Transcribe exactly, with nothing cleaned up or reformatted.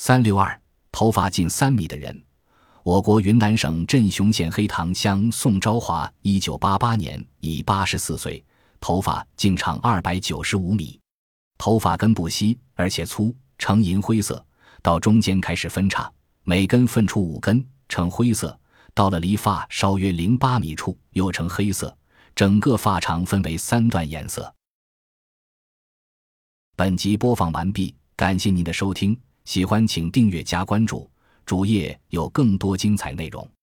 三六二，头发近三米的人。我国云南省镇雄县黑塘乡宋昭华一九八八年已八十四岁，头发净长二百九十五米，头发根不稀，而且粗，呈银灰色，到中间开始分叉，每根分出五根，呈灰色，到了离发稍约零八米处又呈黑色，整个发长分为三段颜色。本集播放完毕，感谢您的收听，喜欢请订阅加关注，主页有更多精彩内容。